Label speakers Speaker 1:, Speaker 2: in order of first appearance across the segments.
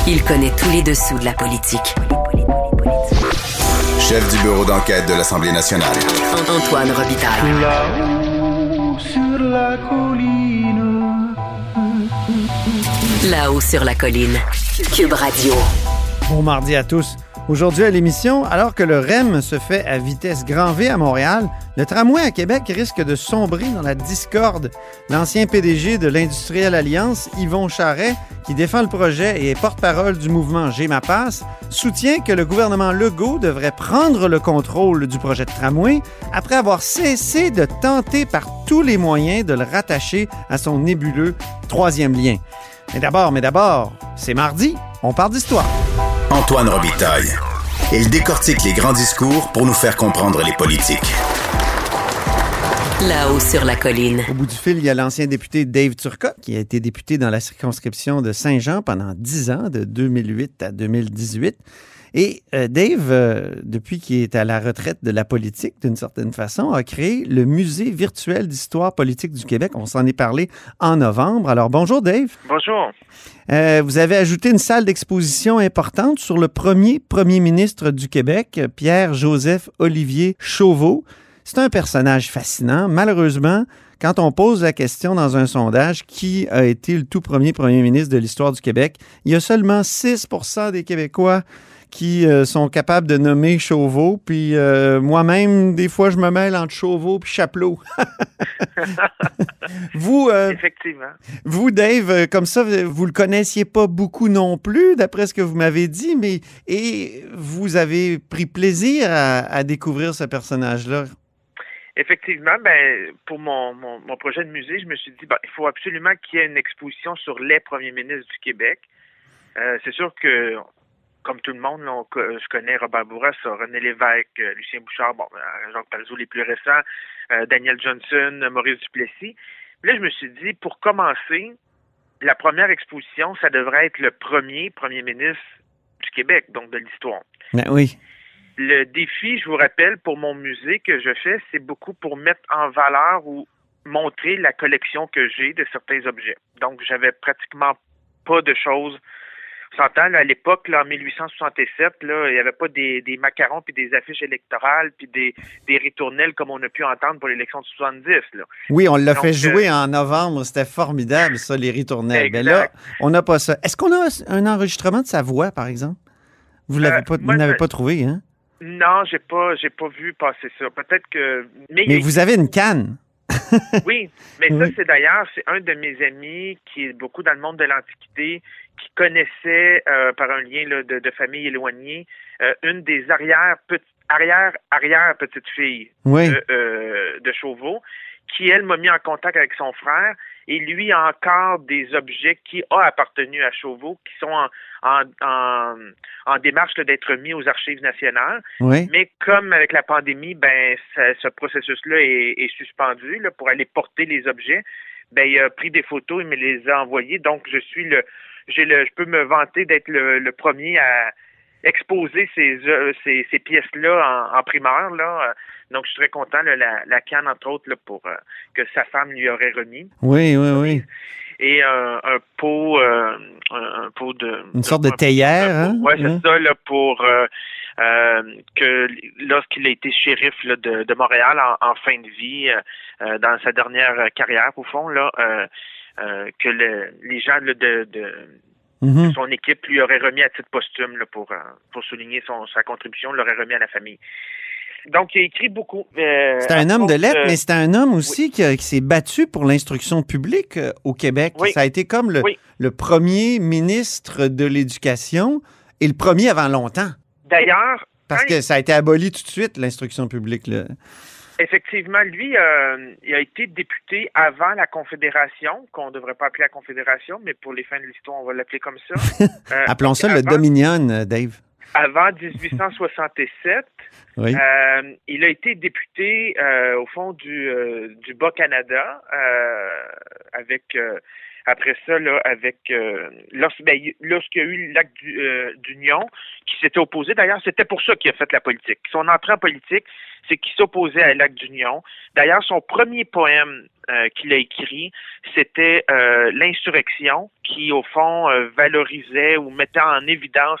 Speaker 1: Il connaît tous les dessous de la politique.
Speaker 2: Chef du bureau d'enquête de l'Assemblée nationale.
Speaker 1: Antoine Robitaille.
Speaker 3: Là-haut sur la colline.
Speaker 1: Là-haut sur la colline. Cube Radio.
Speaker 4: Bon mardi à tous. Aujourd'hui à l'émission, alors que le REM se fait à vitesse grand V à Montréal, le tramway à Québec risque de sombrer dans la discorde. L'ancien PDG de l'Industrielle Alliance, Yvon Charret, qui défend le projet et est porte-parole du mouvement J'ai ma passe, soutient que le gouvernement Legault devrait prendre le contrôle du projet de tramway après avoir cessé de tenter par tous les moyens de le rattacher à son nébuleux troisième lien. Mais d'abord, c'est mardi, on parle d'histoire.
Speaker 2: Antoine Robitaille. Il décortique les grands discours pour nous faire comprendre les politiques.
Speaker 1: Là-haut sur la colline.
Speaker 4: Au bout du fil, il y a l'ancien député Dave Turcotte, qui a été député dans la circonscription de Saint-Jean pendant 10 ans, de 2008 à 2018. Et Dave, depuis qu'il est à la retraite de la politique, d'une certaine façon, a créé le Musée virtuel d'histoire politique du Québec. On s'en est parlé en novembre. Alors, bonjour Dave.
Speaker 5: Bonjour.
Speaker 4: Vous avez ajouté une salle d'exposition importante sur le premier ministre du Québec, Pierre-Joseph Olivier Chauveau. C'est un personnage fascinant. Malheureusement, quand on pose la question dans un sondage qui a été le tout premier ministre de l'histoire du Québec, il y a seulement 6 % des Québécois qui sont capables de nommer Chauveau. Puis moi-même, des fois, je me mêle entre Chauveau et Chapelot. Vous,
Speaker 5: effectivement.
Speaker 4: Vous, Dave, comme ça, vous le connaissiez pas beaucoup non plus, d'après ce que vous m'avez dit, mais vous avez pris plaisir à découvrir ce personnage-là.
Speaker 5: Effectivement, pour mon projet de musée, je me suis dit, il faut absolument qu'il y ait une exposition sur les premiers ministres du Québec. C'est sûr que, comme tout le monde, là, je connais Robert Bourassa, René Lévesque, Lucien Bouchard, Jacques Parizeau, les plus récents, Daniel Johnson, Maurice Duplessis. Puis là, je me suis dit, pour commencer, la première exposition, ça devrait être le premier ministre du Québec, donc de l'histoire.
Speaker 4: Ben oui.
Speaker 5: Le défi, je vous rappelle, pour mon musée que je fais, c'est beaucoup pour mettre en valeur ou montrer la collection que j'ai de certains objets. Donc, j'avais pratiquement pas de choses. On s'entend, là, à l'époque, là, en 1867, là, il n'y avait pas des macarons puis des affiches électorales puis des ritournelles comme on a pu entendre pour l'élection de 70. Là.
Speaker 4: Oui, on l'a fait jouer en novembre. C'était formidable, ça, les ritournelles. Mais là, on n'a pas ça. Est-ce qu'on a un enregistrement de sa voix, par exemple? Vous l'avez pas, vous n'avez pas trouvé, hein?
Speaker 5: Non, j'ai pas vu passer ça. Peut-être que...
Speaker 4: Mais vous avez une canne.
Speaker 5: Oui, mais ça, c'est un de mes amis qui est beaucoup dans le monde de l'Antiquité, qui connaissait, par un lien là, de famille éloignée, une des arrière petites filles de Chauveau, qui, elle, m'a mis en contact avec son frère, et lui a encore des objets qui ont appartenu à Chauveau, qui sont en démarche là, d'être mis aux Archives nationales.
Speaker 4: Oui.
Speaker 5: Mais comme avec la pandémie, ce processus-là est suspendu là, pour aller porter les objets. Il a pris des photos et me les a envoyées. Donc, je peux me vanter d'être le premier à exposer ces pièces-là en primeur, là. Donc, je suis très content, là, la canne, entre autres, là, pour que sa femme lui aurait remis.
Speaker 4: Oui.
Speaker 5: Et un pot de...
Speaker 4: Une sorte de théière, hein?
Speaker 5: Oui, c'est ça, là, pour que lorsqu'il a été shérif là, de Montréal en fin de vie, dans sa dernière carrière, au fond, là, que les gens là, de son équipe lui auraient remis à titre posthume là, pour souligner sa contribution, l'aurait remis à la famille. Donc, il a écrit beaucoup.
Speaker 4: C'est un homme de lettres, mais c'est un homme aussi qui s'est battu pour l'instruction publique au Québec.
Speaker 5: Oui.
Speaker 4: Ça a été comme le premier ministre de l'Éducation et le premier avant longtemps.
Speaker 5: D'ailleurs...
Speaker 4: Parce que ça a été aboli tout de suite, l'instruction publique. Là.
Speaker 5: Effectivement, lui, il a été député avant la Confédération, qu'on ne devrait pas appeler la Confédération, mais pour les fins de l'histoire, on va l'appeler comme ça.
Speaker 4: Appelons ça le Dominion, Dave.
Speaker 5: Avant 1867,
Speaker 4: oui.
Speaker 5: Il a été député au fond du Bas-Canada avec Après ça, là, avec lorsqu'il y a eu le lac d'Union, qui s'était opposé, d'ailleurs, c'était pour ça qu'il a fait la politique. Son entrée en politique, c'est qu'il s'opposait à lac d'Union. D'ailleurs, son premier poème qu'il a écrit, c'était l'insurrection, qui, au fond, valorisait ou mettait en évidence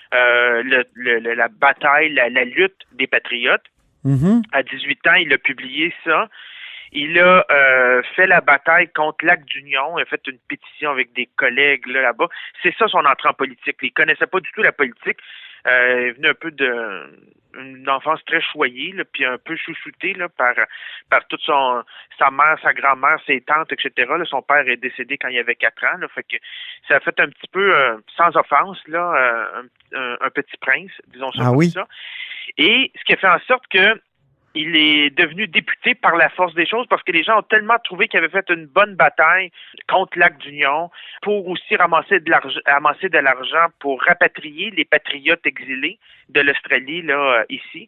Speaker 5: la bataille, la lutte des patriotes.
Speaker 4: Mm-hmm.
Speaker 5: À 18 ans, il a publié ça. Il a fait la bataille contre Lac d'Union. Il a fait une pétition avec des collègues là-bas. C'est ça son entrée en politique. Il connaissait pas du tout la politique. Il venait un peu d'une enfance très choyée, là, puis un peu chouchouté là, par toute sa mère, sa grand-mère, ses tantes, etc. Là, son père est décédé quand il avait 4 ans. Là, fait que ça a fait un petit peu, sans offense, là, un petit prince, disons ça comme ça. Et ce qui a fait en sorte que il est devenu député par la force des choses parce que les gens ont tellement trouvé qu'il avait fait une bonne bataille contre Lac d'Union pour aussi ramasser de l'argent pour rapatrier les patriotes exilés de l'Australie, là, ici.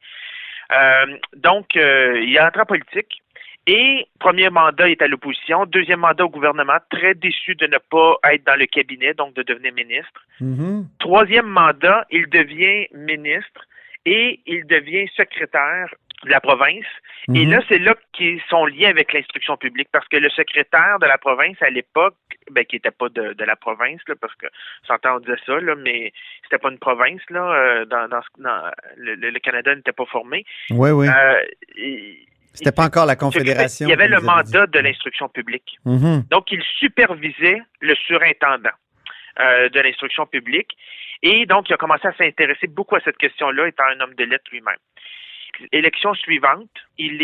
Speaker 5: Donc, il est entré en politique. Et premier mandat, il est à l'opposition. Deuxième mandat au gouvernement, très déçu de ne pas être dans le cabinet, donc de devenir ministre.
Speaker 4: Mm-hmm.
Speaker 5: Troisième mandat, il devient ministre et il devient secrétaire de la province. Mm-hmm. Et là, c'est là qu'ils sont liés avec l'instruction publique, parce que le secrétaire de la province, à l'époque, qui n'était pas de la province, là, parce que on disait ça, là, mais c'était pas une province, là, le Canada n'était pas formé.
Speaker 4: Oui, oui. C'était pas encore la Confédération.
Speaker 5: Il y avait le mandat de l'instruction publique.
Speaker 4: Mm-hmm.
Speaker 5: Donc, il supervisait le surintendant de l'instruction publique. Et donc, il a commencé à s'intéresser beaucoup à cette question-là, étant un homme de lettres lui-même. Élection suivante, il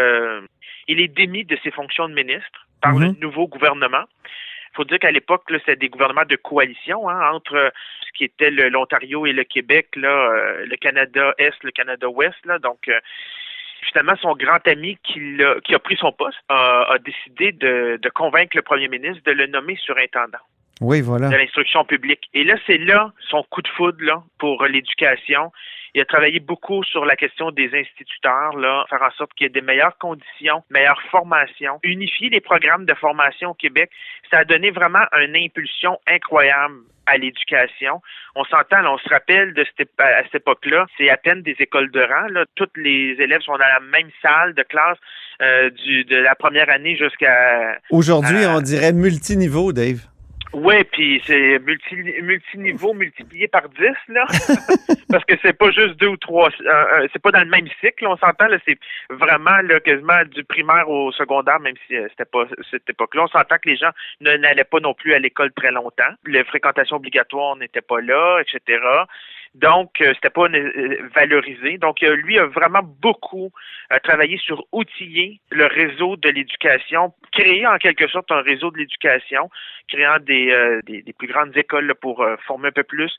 Speaker 5: est démis de ses fonctions de ministre par le nouveau gouvernement. Il faut dire qu'à l'époque, là, c'était des gouvernements de coalition entre ce qui était l'Ontario et le Québec, là, le Canada-Est, le Canada-Ouest. Là, donc, finalement, son grand ami qui a pris son poste a décidé de convaincre le premier ministre de le nommer surintendant.
Speaker 4: Oui, voilà.
Speaker 5: De l'instruction publique. Et là, c'est là son coup de foudre là, pour l'éducation. Il a travaillé beaucoup sur la question des instituteurs, là, faire en sorte qu'il y ait des meilleures conditions, meilleures formations, unifier les programmes de formation au Québec. Ça a donné vraiment une impulsion incroyable à l'éducation. On s'entend, là, on se rappelle à cette époque-là, c'est à peine des écoles de rang. Là. Tous les élèves sont dans la même salle de classe de la première année jusqu'à...
Speaker 4: Aujourd'hui, on dirait multiniveau, Dave.
Speaker 5: Oui, puis c'est multiniveau multiplié par 10, là. Parce que c'est pas juste 2 ou 3, c'est pas dans le même cycle, on s'entend, là, c'est vraiment, là, quasiment du primaire au secondaire, même si c'était pas cette époque-là. On s'entend que les gens n'allaient pas non plus à l'école très longtemps. La fréquentation obligatoire n'était pas là, etc. Donc, c'était pas valorisé. Donc, lui a vraiment beaucoup travaillé sur outiller le réseau de l'éducation, créer en quelque sorte un réseau de l'éducation, créant des plus grandes écoles là, pour former un peu plus,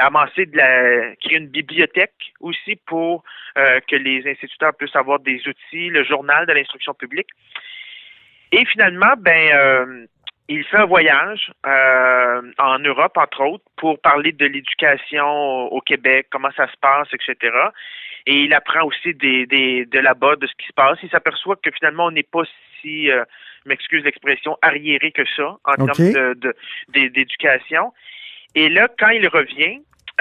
Speaker 5: créer une bibliothèque aussi pour que les instituteurs puissent avoir des outils, le journal de l'instruction publique. Et finalement, il fait un voyage en Europe, entre autres, pour parler de l'éducation au Québec, comment ça se passe, etc. Et il apprend aussi de là-bas, de ce qui se passe. Il s'aperçoit que finalement, on n'est pas si, m'excuse l'expression, arriéré que ça en termes d'éducation. Et là, quand il revient,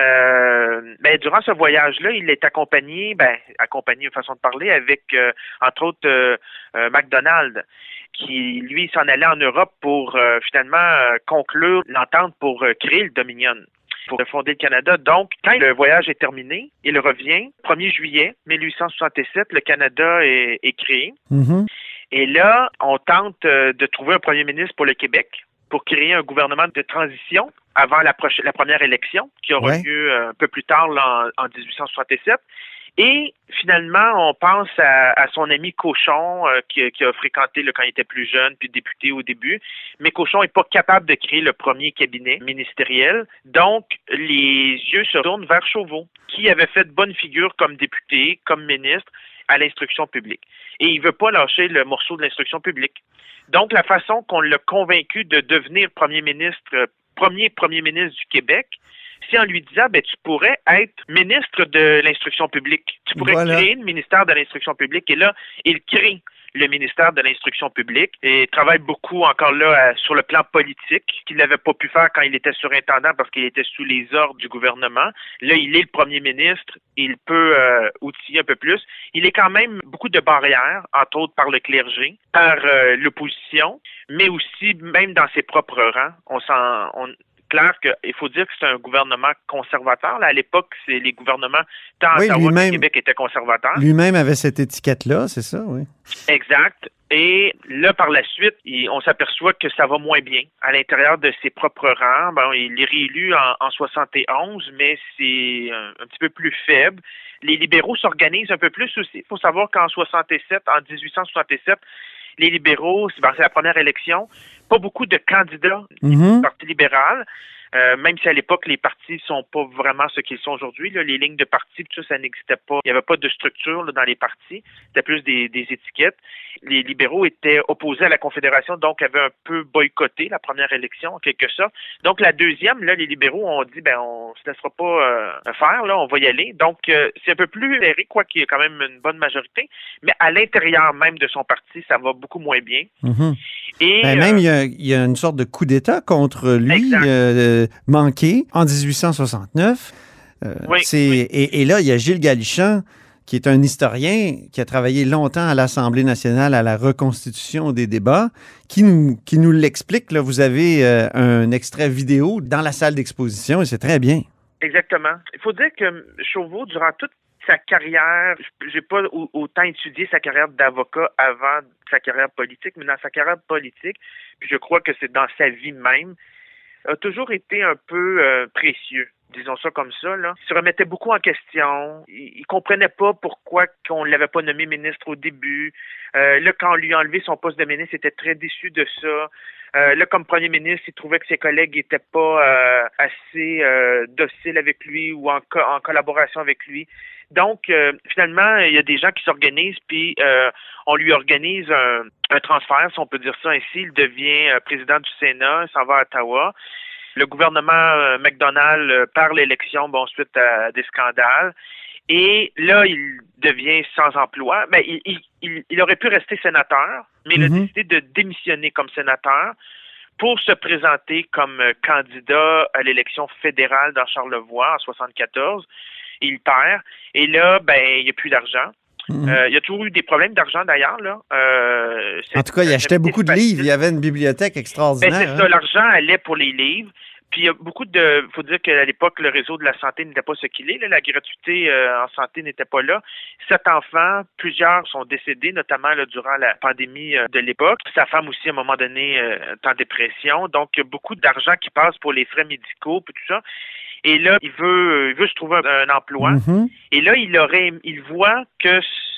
Speaker 5: durant ce voyage-là, il est accompagné une façon de parler, avec, entre autres, McDonald, qui, lui, s'en allait en Europe pour finalement conclure l'entente pour créer le Dominion, pour fonder le Canada. Donc, quand le voyage est terminé, il revient. 1er juillet 1867, le Canada est créé. Mm-hmm. Et là, on tente de trouver un premier ministre pour le Québec, pour créer un gouvernement de transition avant la première élection, qui aura lieu un peu plus tard là, en 1867. Et finalement, on pense à son ami Cauchon, qui a fréquenté quand il était plus jeune, puis député au début. Mais Cauchon n'est pas capable de créer le premier cabinet ministériel. Donc, les yeux se tournent vers Chauveau, qui avait fait de bonne figure comme député, comme ministre, à l'instruction publique. Et il ne veut pas lâcher le morceau de l'instruction publique. Donc, la façon qu'on l'a convaincu de devenir premier ministre du Québec, c'est en lui disant, tu pourrais être ministre de l'instruction publique. Tu pourrais créer le ministère de l'instruction publique. Et là, il crée le ministère de l'Instruction publique et travaille beaucoup encore là sur le plan politique, qu'il n'avait pas pu faire quand il était surintendant parce qu'il était sous les ordres du gouvernement. Là, il est le premier ministre, il peut outiller un peu plus. Il est quand même beaucoup de barrières, entre autres par le clergé, par l'opposition, mais aussi même dans ses propres rangs. Clair qu'il faut dire que c'est un gouvernement conservateur. Là, à l'époque, les gouvernements, tant à Ottawa qu'au Québec, étaient conservateurs.
Speaker 4: Lui-même avait cette étiquette-là, c'est ça, oui.
Speaker 5: Exact. Et là, par la suite, on s'aperçoit que ça va moins bien. À l'intérieur de ses propres rangs, il est réélu en 71, mais c'est un petit peu plus faible. Les libéraux s'organisent un peu plus aussi. Il faut savoir qu'en 1867, les libéraux, c'est la première élection, pas beaucoup de candidats du Parti libéral, même si à l'époque, les partis sont pas vraiment ce qu'ils sont aujourd'hui. Là, les lignes de parti, tout ça n'existait pas. Il n'y avait pas de structure là, dans les partis. C'était plus des étiquettes. Les libéraux étaient opposés à la Confédération, donc avaient un peu boycotté la première élection, en quelque sorte. Donc, la deuxième, là, les libéraux ont dit, on se laissera pas faire, là, on va y aller. Donc, c'est un peu plus serré, quoi qu'il y ait quand même une bonne majorité. Mais à l'intérieur même de son parti, ça va beaucoup moins bien.
Speaker 4: Mm-hmm. Et, même, il y a une sorte de coup d'État contre lui, manqué en 1869.
Speaker 5: Oui.
Speaker 4: Et là, il y a Gilles Galichan, qui est un historien qui a travaillé longtemps à l'Assemblée nationale à la reconstitution des débats, qui nous l'explique. Là, vous avez un extrait vidéo dans la salle d'exposition et c'est très bien.
Speaker 5: Exactement. Il faut dire que Chauveau, durant toute sa carrière, j'ai pas autant étudié sa carrière d'avocat avant sa carrière politique, mais dans sa carrière politique, puis je crois que c'est dans sa vie même, a toujours été un peu précieux. Disons ça comme ça, là. Il se remettait beaucoup en question. Il comprenait pas pourquoi qu'on l'avait pas nommé ministre au début. Là, quand on lui a enlevé son poste de ministre, il était très déçu de ça. Là, comme premier ministre, il trouvait que ses collègues étaient pas assez dociles avec lui ou en collaboration avec lui. Donc, finalement, il y a des gens qui s'organisent, puis on lui organise un transfert, si on peut dire ça ainsi. Il devient président du Sénat, il s'en va à Ottawa. Le gouvernement McDonald perd l'élection, suite à des scandales. Et là, il devient sans emploi. Il aurait pu rester sénateur, mais il a décidé de démissionner comme sénateur pour se présenter comme candidat à l'élection fédérale dans Charlevoix en 1974. Il perd. Et là, il n'y a plus d'argent. Il y a toujours eu des problèmes d'argent, d'ailleurs. Là.
Speaker 4: En tout cas, il achetait beaucoup de livres. Il y avait une bibliothèque extraordinaire.
Speaker 5: C'est ça, l'argent allait pour les livres. Puis il y a beaucoup de... Il faut dire qu'à l'époque, le réseau de la santé n'était pas ce qu'il est. Là. La gratuité en santé n'était pas là. 7 enfants, plusieurs sont décédés, notamment là, durant la pandémie de l'époque. Sa femme aussi, à un moment donné, est en dépression. Donc, il y a beaucoup d'argent qui passe pour les frais médicaux et tout ça. Et là, il veut se trouver un emploi. Et là, il voit que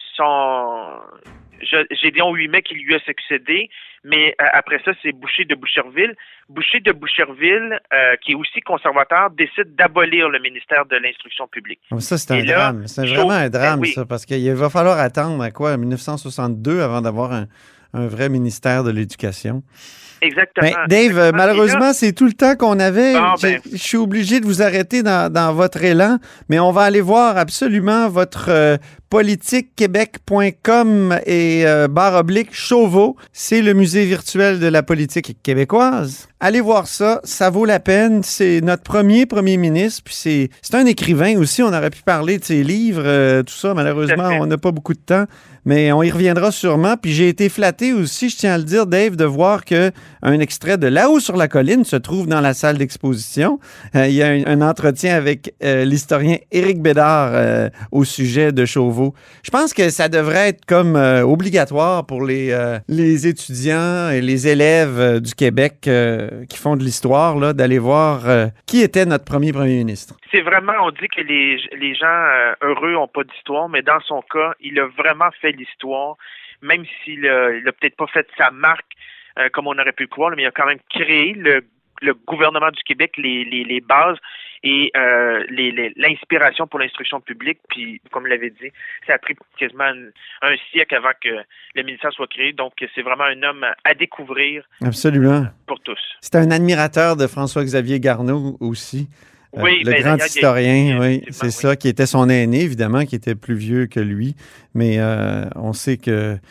Speaker 5: Gédéon Ouimet qui lui a succédé, mais après ça, c'est Boucher de Boucherville. Boucher de Boucherville, qui est aussi conservateur, décide d'abolir le ministère de l'Instruction publique.
Speaker 4: Ça, c'est un drame. C'est vraiment un drame, ça, parce qu'il va falloir attendre, 1962 avant d'avoir un vrai ministère de l'Éducation.
Speaker 5: Exactement.
Speaker 4: Dave, malheureusement, c'est tout le temps qu'on avait. Je suis obligé de vous arrêter dans votre élan, mais on va aller voir absolument votre politiquequebec.com et /Chauveau. C'est le musée virtuel de la politique québécoise. Allez voir ça, ça vaut la peine. C'est notre premier ministre, puis c'est un écrivain aussi. On aurait pu parler de ses livres, tout ça. Malheureusement, on n'a pas beaucoup de temps, mais on y reviendra sûrement. Puis j'ai été flatté aussi, je tiens à le dire, Dave, de voir qu'un extrait de Là-haut sur la colline se trouve dans la salle d'exposition. Il y a un entretien avec l'historien Éric Bédard au sujet de Chauveau. Je pense que ça devrait être comme obligatoire pour les étudiants et les élèves du Québec qui font de l'histoire, là, d'aller voir qui était notre premier ministre.
Speaker 5: C'est vraiment, on dit que les gens heureux n'ont pas d'histoire, mais dans son cas, il a vraiment fait l'histoire, même s'il a peut-être pas fait sa marque comme on aurait pu le croire, mais il a quand même créé le gouvernement du Québec, les bases et l'inspiration pour l'instruction publique. Puis, comme l'avait dit, ça a pris quasiment un siècle avant que le ministère soit créé. Donc, c'est vraiment un homme à découvrir.
Speaker 4: Absolument.
Speaker 5: Pour tous.
Speaker 4: C'est un admirateur de François-Xavier Garneau aussi.
Speaker 5: Oui,
Speaker 4: le grand historien, c'est ça, qui était son aîné, évidemment, qui était plus vieux que lui. Mais on sait que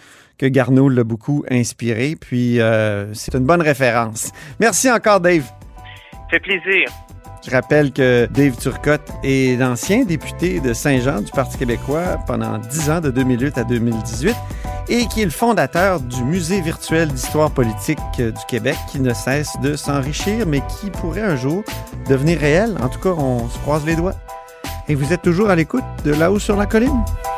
Speaker 4: que Garneau l'a beaucoup inspiré. Puis, c'est une bonne référence. Merci encore, Dave.
Speaker 5: Ça fait plaisir.
Speaker 4: Je rappelle que Dave Turcotte est l'ancien député de Saint-Jean du Parti québécois pendant 10 ans, de 2008 à 2018, et qui est le fondateur du Musée virtuel d'histoire politique du Québec, qui ne cesse de s'enrichir, mais qui pourrait un jour devenir réel. En tout cas, on se croise les doigts. Et vous êtes toujours à l'écoute de Là-haut sur la colline.